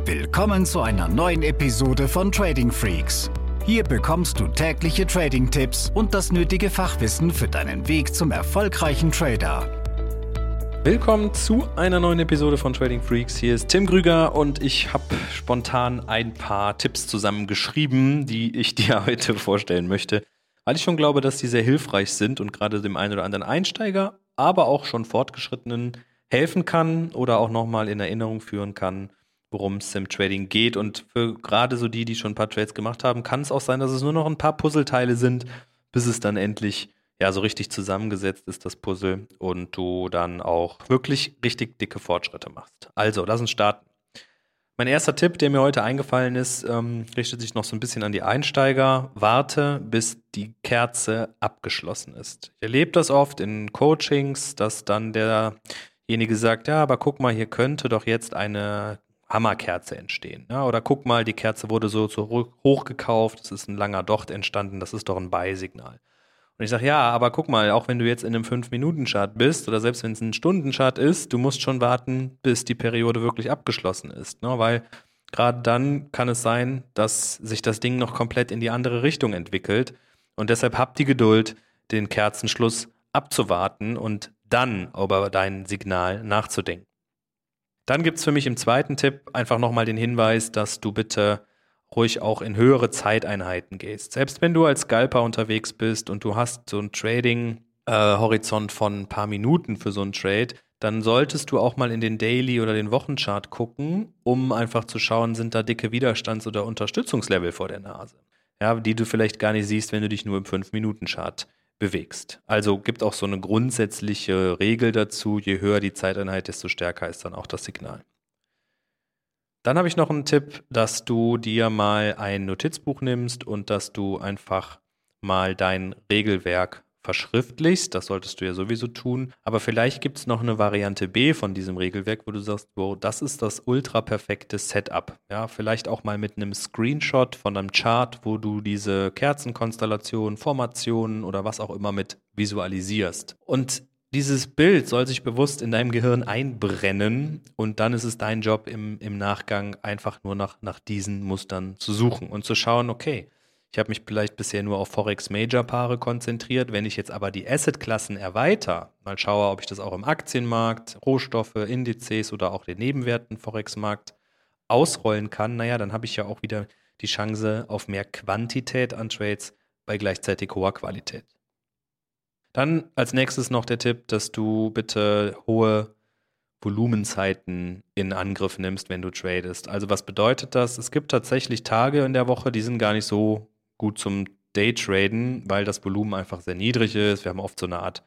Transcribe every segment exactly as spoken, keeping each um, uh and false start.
Willkommen zu einer neuen Episode von Trading Freaks. Hier bekommst du tägliche Trading-Tipps und das nötige Fachwissen für deinen Weg zum erfolgreichen Trader. Willkommen zu einer neuen Episode von Trading Freaks. Hier ist Tim Krüger und ich habe spontan ein paar Tipps zusammengeschrieben, die ich dir heute vorstellen möchte, weil ich schon glaube, dass die sehr hilfreich sind und gerade dem einen oder anderen Einsteiger, aber auch schon Fortgeschrittenen helfen kann oder auch nochmal in Erinnerung führen kann, worum es im Trading geht. Und für gerade so die, die schon ein paar Trades gemacht haben, kann es auch sein, dass es nur noch ein paar Puzzleteile sind, bis es dann endlich ja so richtig zusammengesetzt ist, das Puzzle, und du dann auch wirklich richtig dicke Fortschritte machst. Also, lass uns starten. Mein erster Tipp, der mir heute eingefallen ist, ähm, richtet sich noch so ein bisschen an die Einsteiger. Warte, bis die Kerze abgeschlossen ist. Ich erlebe das oft in Coachings, dass dann derjenige sagt, ja, aber guck mal, hier könnte doch jetzt eine Hammerkerze entstehen. Ja, oder guck mal, die Kerze wurde so, so hoch gekauft, es ist ein langer Docht entstanden, das ist doch ein Buy-Signal. Und ich sage, ja, aber guck mal, auch wenn du jetzt in einem fünf Minuten Chart bist oder selbst wenn es ein Stunden-Chart ist, du musst schon warten, bis die Periode wirklich abgeschlossen ist. Ne? Weil gerade dann kann es sein, dass sich das Ding noch komplett in die andere Richtung entwickelt. Und deshalb hab die Geduld, den Kerzenschluss abzuwarten und dann über dein Signal nachzudenken. Dann gibt es für mich im zweiten Tipp einfach nochmal den Hinweis, dass du bitte ruhig auch in höhere Zeiteinheiten gehst. Selbst wenn du als Scalper unterwegs bist und du hast so einen Trading-Horizont äh, von ein paar Minuten für so einen Trade, dann solltest du auch mal in den Daily- oder den Wochenchart gucken, um einfach zu schauen, sind da dicke Widerstands- oder Unterstützungslevel vor der Nase, ja, die du vielleicht gar nicht siehst, wenn du dich nur im fünf Minuten Chart bewegst. Also gibt auch so eine grundsätzliche Regel dazu, je höher die Zeiteinheit, desto stärker ist dann auch das Signal. Dann habe ich noch einen Tipp, dass du dir mal ein Notizbuch nimmst und dass du einfach mal dein Regelwerk verschriftlichst. Das solltest du ja sowieso tun. Aber vielleicht gibt es noch eine Variante B von diesem Regelwerk, wo du sagst, wow, das ist das ultra perfekte Setup. Ja, vielleicht auch mal mit einem Screenshot von einem Chart, wo du diese Kerzenkonstellationen, Formationen oder was auch immer mit visualisierst. Und dieses Bild soll sich bewusst in deinem Gehirn einbrennen und dann ist es dein Job im, im Nachgang einfach nur nach, nach diesen Mustern zu suchen und zu schauen, okay, ich habe mich vielleicht bisher nur auf Forex-Major-Paare konzentriert, wenn ich jetzt aber die Asset-Klassen erweitere, mal schaue, ob ich das auch im Aktienmarkt, Rohstoffe, Indizes oder auch den Nebenwerten Forex-Markt ausrollen kann, naja, dann habe ich ja auch wieder die Chance auf mehr Quantität an Trades bei gleichzeitig hoher Qualität. Dann als nächstes noch der Tipp, dass du bitte hohe Volumenzeiten in Angriff nimmst, wenn du tradest. Also was bedeutet das? Es gibt tatsächlich Tage in der Woche, die sind gar nicht so gut zum Daytraden, weil das Volumen einfach sehr niedrig ist. Wir haben oft so eine Art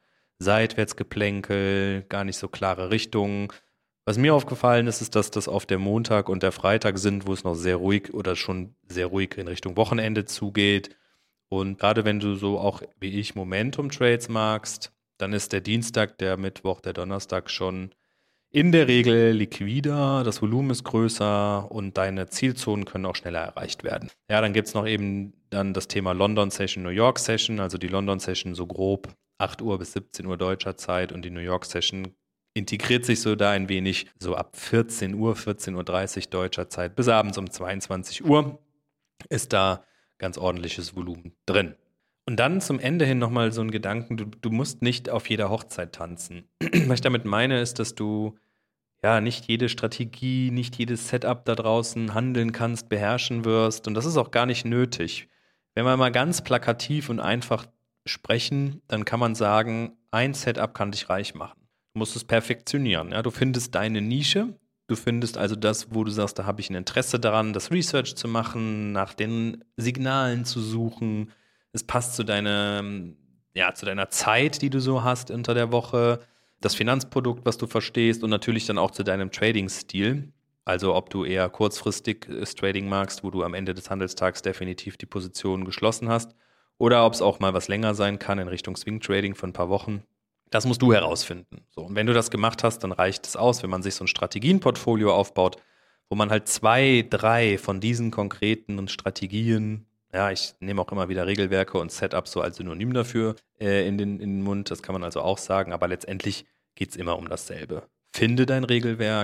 Seitwärtsgeplänkel, gar nicht so klare Richtungen. Was mir aufgefallen ist, ist, dass das auf der Montag und der Freitag sind, wo es noch sehr ruhig oder schon sehr ruhig in Richtung Wochenende zugeht. Und gerade wenn du so auch wie ich Momentum-Trades magst, dann ist der Dienstag, der Mittwoch, der Donnerstag schon in der Regel liquider, das Volumen ist größer und deine Zielzonen können auch schneller erreicht werden. Ja, dann gibt es noch eben dann das Thema London Session, New York Session, also die London Session so grob acht Uhr bis siebzehn Uhr deutscher Zeit und die New York Session integriert sich so da ein wenig so ab vierzehn Uhr, vierzehn Uhr dreißig deutscher Zeit bis abends um zweiundzwanzig Uhr ist da ganz ordentliches Volumen drin. Und dann zum Ende hin nochmal so ein Gedanken, du, du musst nicht auf jeder Hochzeit tanzen. Was ich damit meine, ist, dass du ja nicht jede Strategie, nicht jedes Setup da draußen handeln kannst, beherrschen wirst. Und das ist auch gar nicht nötig. Wenn wir mal ganz plakativ und einfach sprechen, dann kann man sagen, ein Setup kann dich reich machen. Du musst es perfektionieren. Ja? Du findest deine Nische. Du findest also das, wo du sagst, da habe ich ein Interesse daran, das Research zu machen, nach den Signalen zu suchen. Es passt zu deiner, ja, zu deiner Zeit, die du so hast unter der Woche, das Finanzprodukt, was du verstehst und natürlich dann auch zu deinem Trading-Stil. Also ob du eher kurzfristig das Trading magst, wo du am Ende des Handelstags definitiv die Position geschlossen hast, oder ob es auch mal was länger sein kann in Richtung Swing-Trading für ein paar Wochen. Das musst du herausfinden. So, und wenn du das gemacht hast, dann reicht es aus, wenn man sich so ein Strategienportfolio aufbaut, wo man halt zwei, drei von diesen konkreten Strategien, ja, ich nehme auch immer wieder Regelwerke und Setups so als Synonym dafür äh, in, den, in den Mund, das kann man also auch sagen, aber letztendlich geht es immer um dasselbe. Finde dein Regelwerk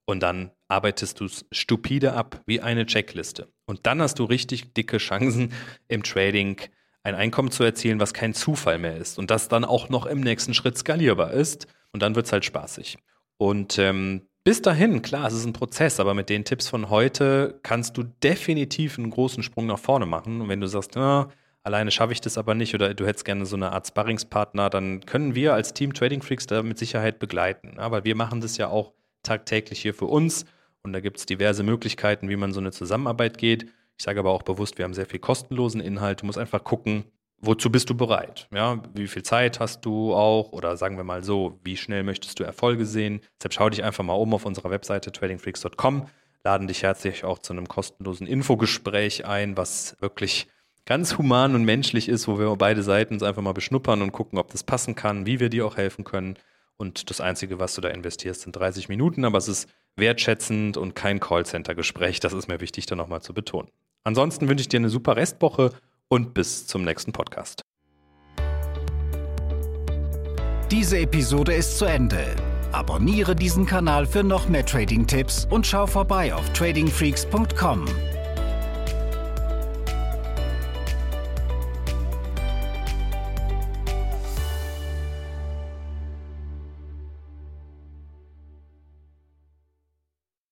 und dann arbeitest du es stupide ab wie eine Checkliste. Und dann hast du richtig dicke Chancen im Trading ein Einkommen zu erzielen, was kein Zufall mehr ist und das dann auch noch im nächsten Schritt skalierbar ist. Und dann wird es halt spaßig. Und ähm, bis dahin, klar, es ist ein Prozess, aber mit den Tipps von heute kannst du definitiv einen großen Sprung nach vorne machen. Und wenn du sagst, na, alleine schaffe ich das aber nicht oder du hättest gerne so eine Art Sparringspartner, dann können wir als Team Trading Freaks da mit Sicherheit begleiten. Aber wir machen das ja auch tagtäglich hier für uns und da gibt es diverse Möglichkeiten, wie man so eine Zusammenarbeit geht. Ich sage aber auch bewusst, wir haben sehr viel kostenlosen Inhalt. Du musst einfach gucken, wozu bist du bereit? Ja, wie viel Zeit hast du auch? Oder sagen wir mal so, wie schnell möchtest du Erfolge sehen? Deshalb schau dich einfach mal um auf unserer Webseite trading freaks dot com. Laden dich herzlich auch zu einem kostenlosen Infogespräch ein, was wirklich ganz human und menschlich ist, wo wir beide Seiten uns einfach mal beschnuppern und gucken, ob das passen kann, wie wir dir auch helfen können. Und das Einzige, was du da investierst, sind dreißig Minuten, aber es ist wertschätzend und kein Callcenter-Gespräch. Das ist mir wichtig, da nochmal zu betonen. Ansonsten wünsche ich dir eine super Restwoche und bis zum nächsten Podcast. Diese Episode ist zu Ende. Abonniere diesen Kanal für noch mehr Trading-Tipps und schau vorbei auf trading freaks punkt com.